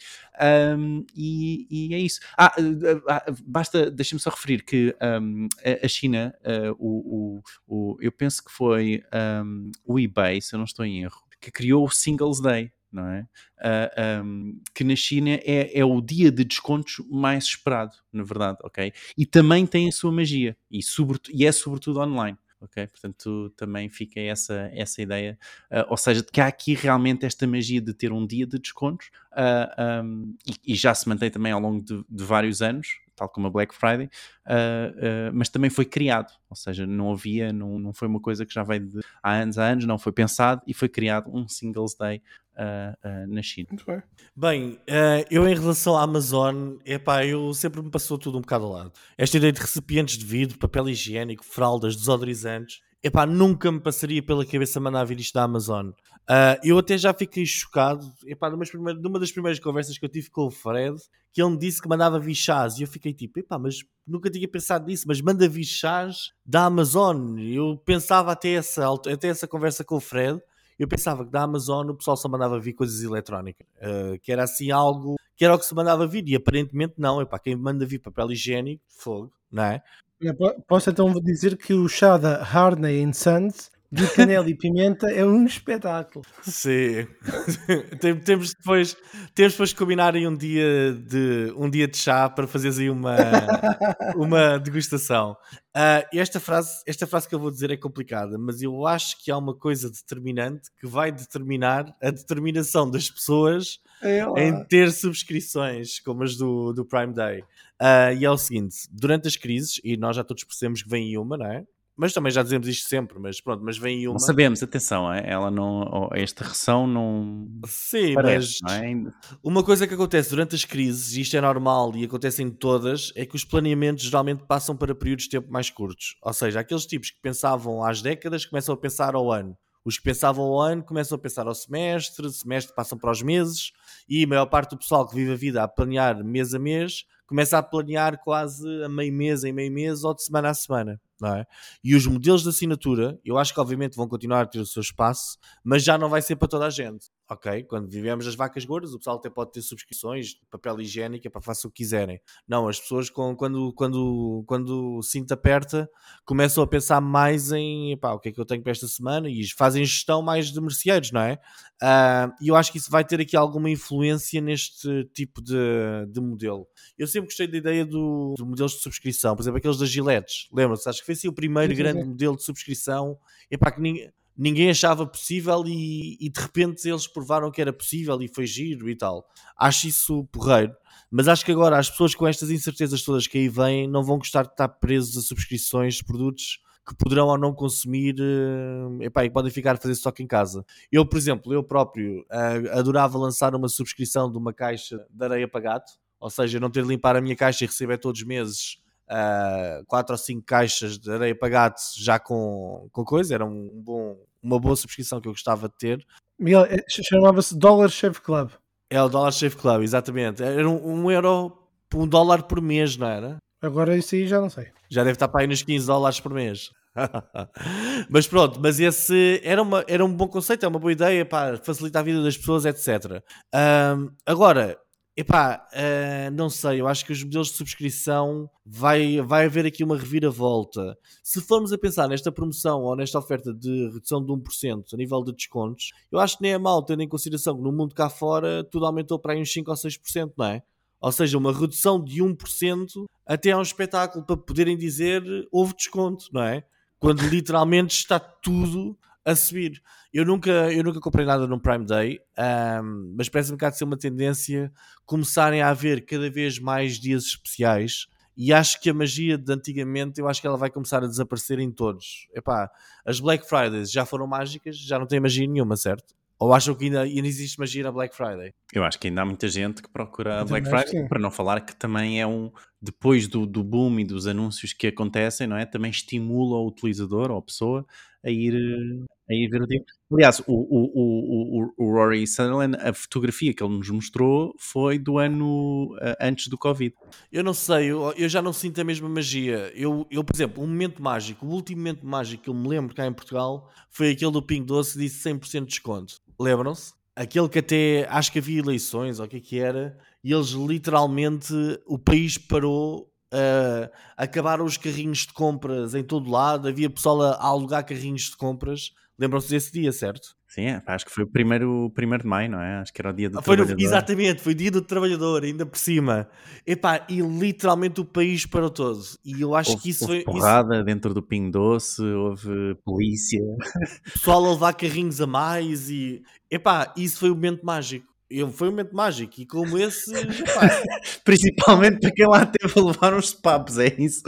E é isso. Basta, deixa-me só referir que a China, eu penso que foi o eBay, se eu não estou em erro, que criou o Singles Day, não é? Que na China é o dia de descontos mais esperado, na verdade, ok? E também tem a sua magia, e é sobretudo online. Ok, portanto também fica essa ideia, ou seja, de que há aqui realmente esta magia de ter um dia de descontos e já se mantém também ao longo de vários anos, tal como a Black Friday, mas também foi criado, ou seja, não foi uma coisa que já veio de há anos, não foi pensado e foi criado um Singles Day na China. Muito bem. Bem, eu em relação à Amazon, eu sempre me passou tudo um bocado ao lado. Esta ideia de recipientes de vidro, papel higiênico, fraldas, desodorizantes, epá, nunca me passaria pela cabeça mandar vir isto da Amazon. Eu até já fiquei chocado, epá, numa das primeiras conversas que eu tive com o Fred, que ele me disse que mandava vir chás, e eu fiquei tipo, epá, mas nunca tinha pensado nisso, mas manda vir chás da Amazon. Eu pensava até essa conversa com o Fred, eu pensava que da Amazon o pessoal só mandava vir coisas eletrónicas, que era assim algo, que era o que se mandava vir, e aparentemente não, epá, quem manda vir papel higiênico, fogo, não é? Posso então dizer que o chá da Harney Sons de canela e pimenta é um espetáculo. Sim. Temos depois de combinar aí um dia de chá para fazeres aí uma degustação. Esta frase que eu vou dizer é complicada, mas eu acho que há uma coisa determinante que vai determinar a determinação das pessoas em ter subscrições como as do Prime Day. E é o seguinte, durante as crises, e nós já todos percebemos que vem uma, não é? Mas também já dizemos isto sempre, mas pronto, mas vem uma. Não sabemos, atenção, ela não, esta recessão não Sim, parece, mas não é? uma coisa que acontece durante as crises, e isto é normal e acontece em todas, é que os planeamentos geralmente passam para períodos de tempo mais curtos. Ou seja, aqueles tipos que pensavam às décadas começam a pensar ao ano. Os que pensavam ao ano começam a pensar ao semestre passam para os meses, e a maior parte do pessoal que vive a vida a planear mês a mês começa a planear quase a meio mês em meio mês ou de semana a semana. Não é? E os modelos de assinatura, eu acho que obviamente vão continuar a ter o seu espaço, mas já não vai ser para toda a gente. Ok? Quando vivemos as vacas gordas, o pessoal até pode ter subscrições de papel higiênico para fazer o que quiserem. Não, as pessoas quando o cinto aperta começam a pensar mais em o que é que eu tenho para esta semana e fazem gestão mais de merceeiros, não é? E eu acho que isso vai ter aqui alguma influência neste tipo de modelo. Eu sempre gostei da ideia de modelos de subscrição, por exemplo, aqueles das Giletes. Lembram-se? Acho que foi assim o primeiro grande modelo de subscrição que ninguém achava possível e de repente eles provaram que era possível e foi giro e tal. Acho isso porreiro, mas acho que agora as pessoas com estas incertezas todas que aí vêm não vão gostar de estar presos a subscrições de produtos que poderão ou não consumir e podem ficar a fazer estoque em casa. Eu, por exemplo, eu próprio adorava lançar uma subscrição de uma caixa de areia para gato, ou seja, não ter de limpar a minha caixa e receber todos os meses 4 ou 5 caixas de areia para gato já com coisa, era uma boa subscrição que eu gostava de ter. Miguel, chamava-se Dollar Shave Club. É o Dollar Shave Club, exatamente. Era $1 por mês, não era? Agora isso aí já não sei. Já deve estar para aí nos $15 por mês. Mas pronto, mas esse era um bom conceito, é uma boa ideia para facilitar a vida das pessoas, etc. Agora, não sei, eu acho que os modelos de subscrição vai haver aqui uma reviravolta. Se formos a pensar nesta promoção ou nesta oferta de redução de 1% a nível de descontos, eu acho que nem é mal, tendo em consideração que no mundo cá fora tudo aumentou para aí uns 5 ou 6%, não é? Ou seja, uma redução de 1% até a um espetáculo para poderem dizer houve desconto, não é? Quando literalmente está tudo a subir. Eu nunca comprei nada no Prime Day, mas parece-me que há de ser uma tendência começarem a haver cada vez mais dias especiais e acho que a magia de antigamente, eu acho que ela vai começar a desaparecer em todos. As Black Fridays já foram mágicas, já não tem magia nenhuma, certo? Ou acham que ainda existe magia na Black Friday? Eu acho que ainda há muita gente que procura a Black Friday, para não falar que também é depois do boom e dos anúncios que acontecem, não é? Também estimula o utilizador ou a pessoa a ir ver o dia. Aliás, o Rory Sutherland, a fotografia que ele nos mostrou foi do ano antes do Covid. Eu não sei, eu já não sinto a mesma magia. Eu, por exemplo, o último momento mágico que eu me lembro cá em Portugal foi aquele do Pingo Doce que disse 100% de desconto. Lembram-se? Aquele que até, acho que havia eleições, ou o que é que era, e eles literalmente, o país parou, acabaram os carrinhos de compras em todo lado, havia pessoal a alugar carrinhos de compras. Lembram-se desse dia, certo? Sim, acho que foi o 1º de maio, não é? Acho que era o dia do trabalhador. Exatamente, foi o dia do trabalhador, ainda por cima. E literalmente o país parou todo. E eu acho que isso houve foi... porrada dentro do Pingo Doce, houve polícia. Pessoal a levar carrinhos a mais e... isso foi o momento mágico. Foi um momento mágico e como esse... Principalmente para quem lá teve a levar uns papos, é isso?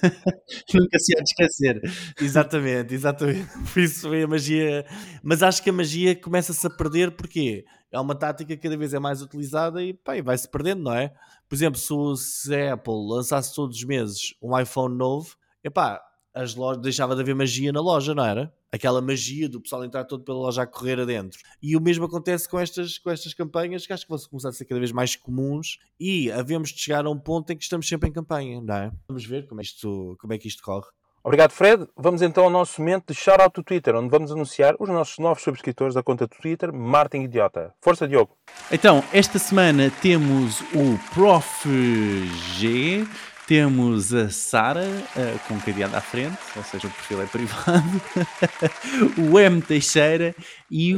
Nunca se há de esquecer. Exatamente. Por isso foi a magia. Mas acho que a magia começa-se a perder porque é uma tática que cada vez é mais utilizada e vai-se perdendo, não é? Por exemplo, se a Apple lançasse todos os meses um iPhone novo, as lojas, deixava de haver magia na loja, não era? Aquela magia do pessoal entrar todo pela loja a correr adentro. E o mesmo acontece com estas campanhas, que acho que vão começar a ser cada vez mais comuns, e havemos de chegar a um ponto em que estamos sempre em campanha, não é? Vamos ver como é que isto corre. Obrigado, Fred. Vamos então ao nosso momento de shout-out do Twitter, onde vamos anunciar os nossos novos subscritores da conta do Twitter, Martin Idiota. Força, Diogo! Então, esta semana temos o Prof. G, temos a Sara, com um cadeado à frente, ou seja, o perfil é privado, o M. Teixeira e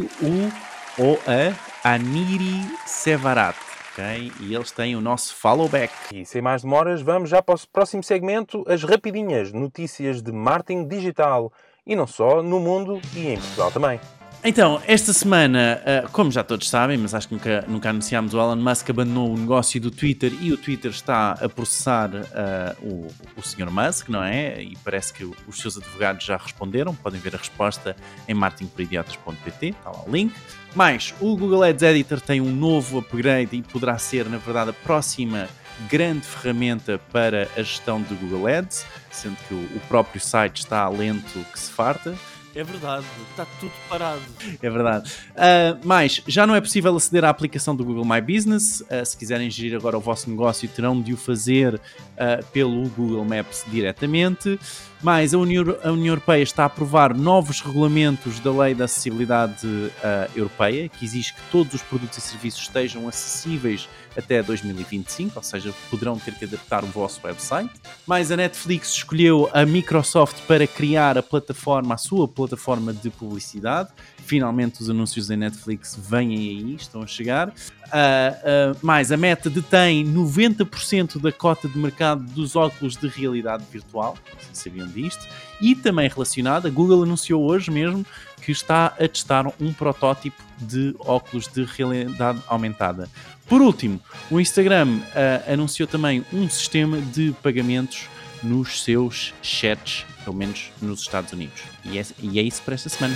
a Aniri Sevarat. Okay? E eles têm o nosso follow back. E sem mais demoras, vamos já para o próximo segmento, as rapidinhas notícias de marketing digital. E não só, no mundo e em Portugal também. Então, esta semana, como já todos sabem, mas acho que nunca anunciámos, o Elon Musk abandonou o negócio do Twitter e o Twitter está a processar o Sr. Musk, não é? E parece que os seus advogados já responderam. Podem ver a resposta em marketingporidiotas.pt, está lá o link. Mas o Google Ads Editor tem um novo upgrade e poderá ser, na verdade, a próxima grande ferramenta para a gestão de Google Ads, sendo que o próprio site está lento que se farta. É verdade, está tudo parado. É verdade. Mas já não é possível aceder à aplicação do Google My Business. Se quiserem gerir agora o vosso negócio, terão de o fazer pelo Google Maps diretamente. Mas a União Europeia está a aprovar novos regulamentos da Lei da Acessibilidade Europeia, que exige que todos os produtos e serviços estejam acessíveis até 2025, ou seja, poderão ter que adaptar o vosso website. Mas a Netflix escolheu a Microsoft para criar a sua plataforma de publicidade. Finalmente os anúncios da Netflix vêm aí, estão a chegar. Mais a Meta detém 90% da cota de mercado dos óculos de realidade virtual. Vocês sabiam disto? E também relacionado, a Google anunciou hoje mesmo que está a testar um protótipo de óculos de realidade aumentada. Por último, o Instagram anunciou também um sistema de pagamentos nos seus chats, pelo menos nos Estados Unidos. E é isso para esta semana.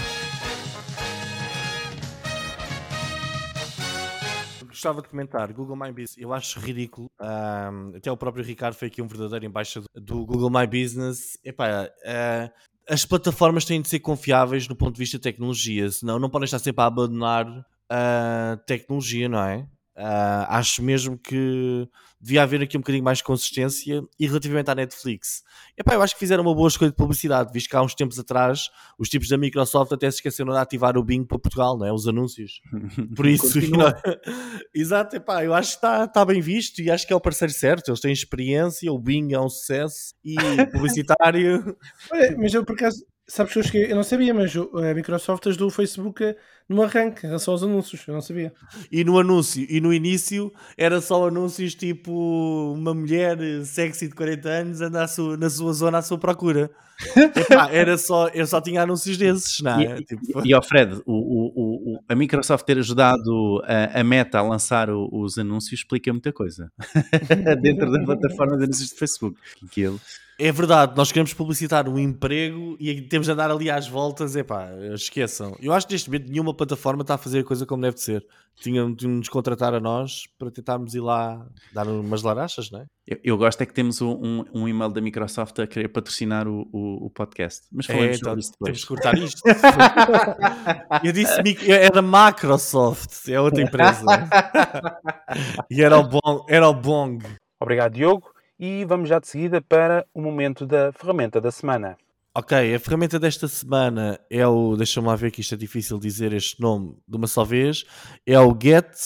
Gostava de comentar, Google My Business, eu acho ridículo, até o próprio Ricardo foi aqui um verdadeiro embaixador do Google My Business. Epá, as plataformas têm de ser confiáveis no ponto de vista de tecnologia, senão não podem estar sempre a abandonar a tecnologia, não é? Acho mesmo que devia haver aqui um bocadinho mais de consistência. E relativamente à Netflix, epá, eu acho que fizeram uma boa escolha de publicidade, visto que há uns tempos atrás os tipos da Microsoft até se esqueceram de ativar o Bing para Portugal, não é? Os anúncios. Por isso, exato, epá, eu acho que está bem visto e acho que é o parceiro certo. Eles têm experiência, o Bing é um sucesso e publicitário. Olha, mas eu por acaso, sabes que eu não sabia, mas a Microsoft ajudou o Facebook no arranque em relação aos anúncios, eu não sabia. E no início era só anúncios tipo uma mulher sexy de 40 anos anda na sua zona à sua procura. Epá, eu só tinha anúncios desses, não é? E Fred, a Microsoft ter ajudado a Meta a lançar os anúncios explica muita coisa dentro da plataforma de anúncios do Facebook. É verdade, nós queremos publicitar um emprego e temos de andar ali às voltas, epá, esqueçam. Eu acho que neste momento nenhuma plataforma está a fazer a coisa como deve ser. Tinham de nos contratar a nós para tentarmos ir lá dar umas larachas, não é? Eu gosto é que temos um e-mail da Microsoft a querer patrocinar o podcast. Mas falamos sobre isso depois. Temos de cortar isto. Eu disse era Microsoft, é outra empresa. E era o Bong. Obrigado, Diogo. E vamos já de seguida para o momento da ferramenta da semana. Ok, a ferramenta desta semana é deixa-me lá ver que isto é difícil dizer este nome de uma só vez, é o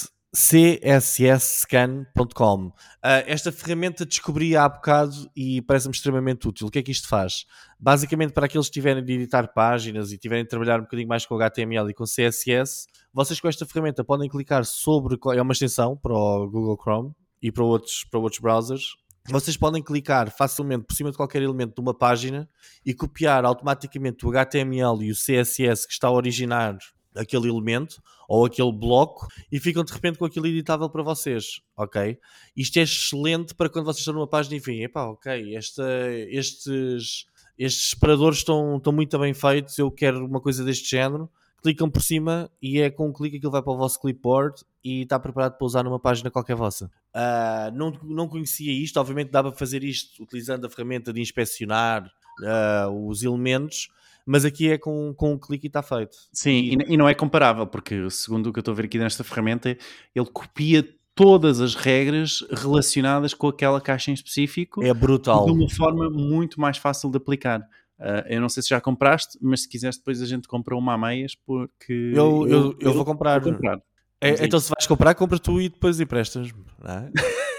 getcssscan.com. Esta ferramenta descobri há bocado e parece-me extremamente útil. O que é que isto faz? Basicamente, para aqueles que tiverem de editar páginas e tiverem de trabalhar um bocadinho mais com HTML e com CSS, vocês com esta ferramenta podem clicar sobre, é uma extensão para o Google Chrome e para outros browsers. Vocês podem clicar facilmente por cima de qualquer elemento de uma página e copiar automaticamente o HTML e o CSS que está a originar aquele elemento ou aquele bloco e ficam de repente com aquilo editável para vocês, ok? Isto é excelente para quando vocês estão numa página e veem, epá, ok, estes separadores estão muito bem feitos, eu quero uma coisa deste género. Clicam por cima e com um clique aquilo vai para o vosso clipboard e está preparado para usar numa página qualquer vossa. Não conhecia isto, obviamente dá para fazer isto utilizando a ferramenta de inspecionar os elementos, mas aqui é com um clique e está feito. Sim, e não é comparável, porque segundo o que eu estou a ver aqui nesta ferramenta, ele copia todas as regras relacionadas com aquela caixa em específico. É brutal. De uma forma muito mais fácil de aplicar. Eu não sei se já compraste, mas se quiseres depois a gente compra uma a meias, porque... Eu vou comprar. Vou comprar. Então se vais comprar, compra tu e depois emprestas-me, não é?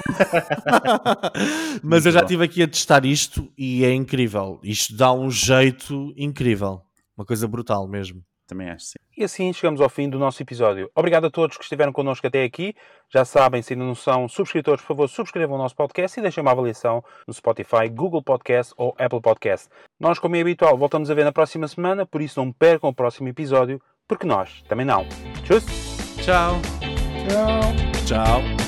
Mas eu já estive aqui a testar isto e é incrível. Isto dá um jeito incrível. Uma coisa brutal mesmo. Também acho, sim. E assim chegamos ao fim do nosso episódio. Obrigado a todos que estiveram connosco até aqui. Já sabem, se ainda não são subscritores, por favor, subscrevam o nosso podcast e deixem uma avaliação no Spotify, Google Podcast ou Apple Podcast. Nós, como é habitual, voltamos a ver na próxima semana, por isso não percam o próximo episódio, porque nós também não. Tchau! Tchau! Tchau. Tchau.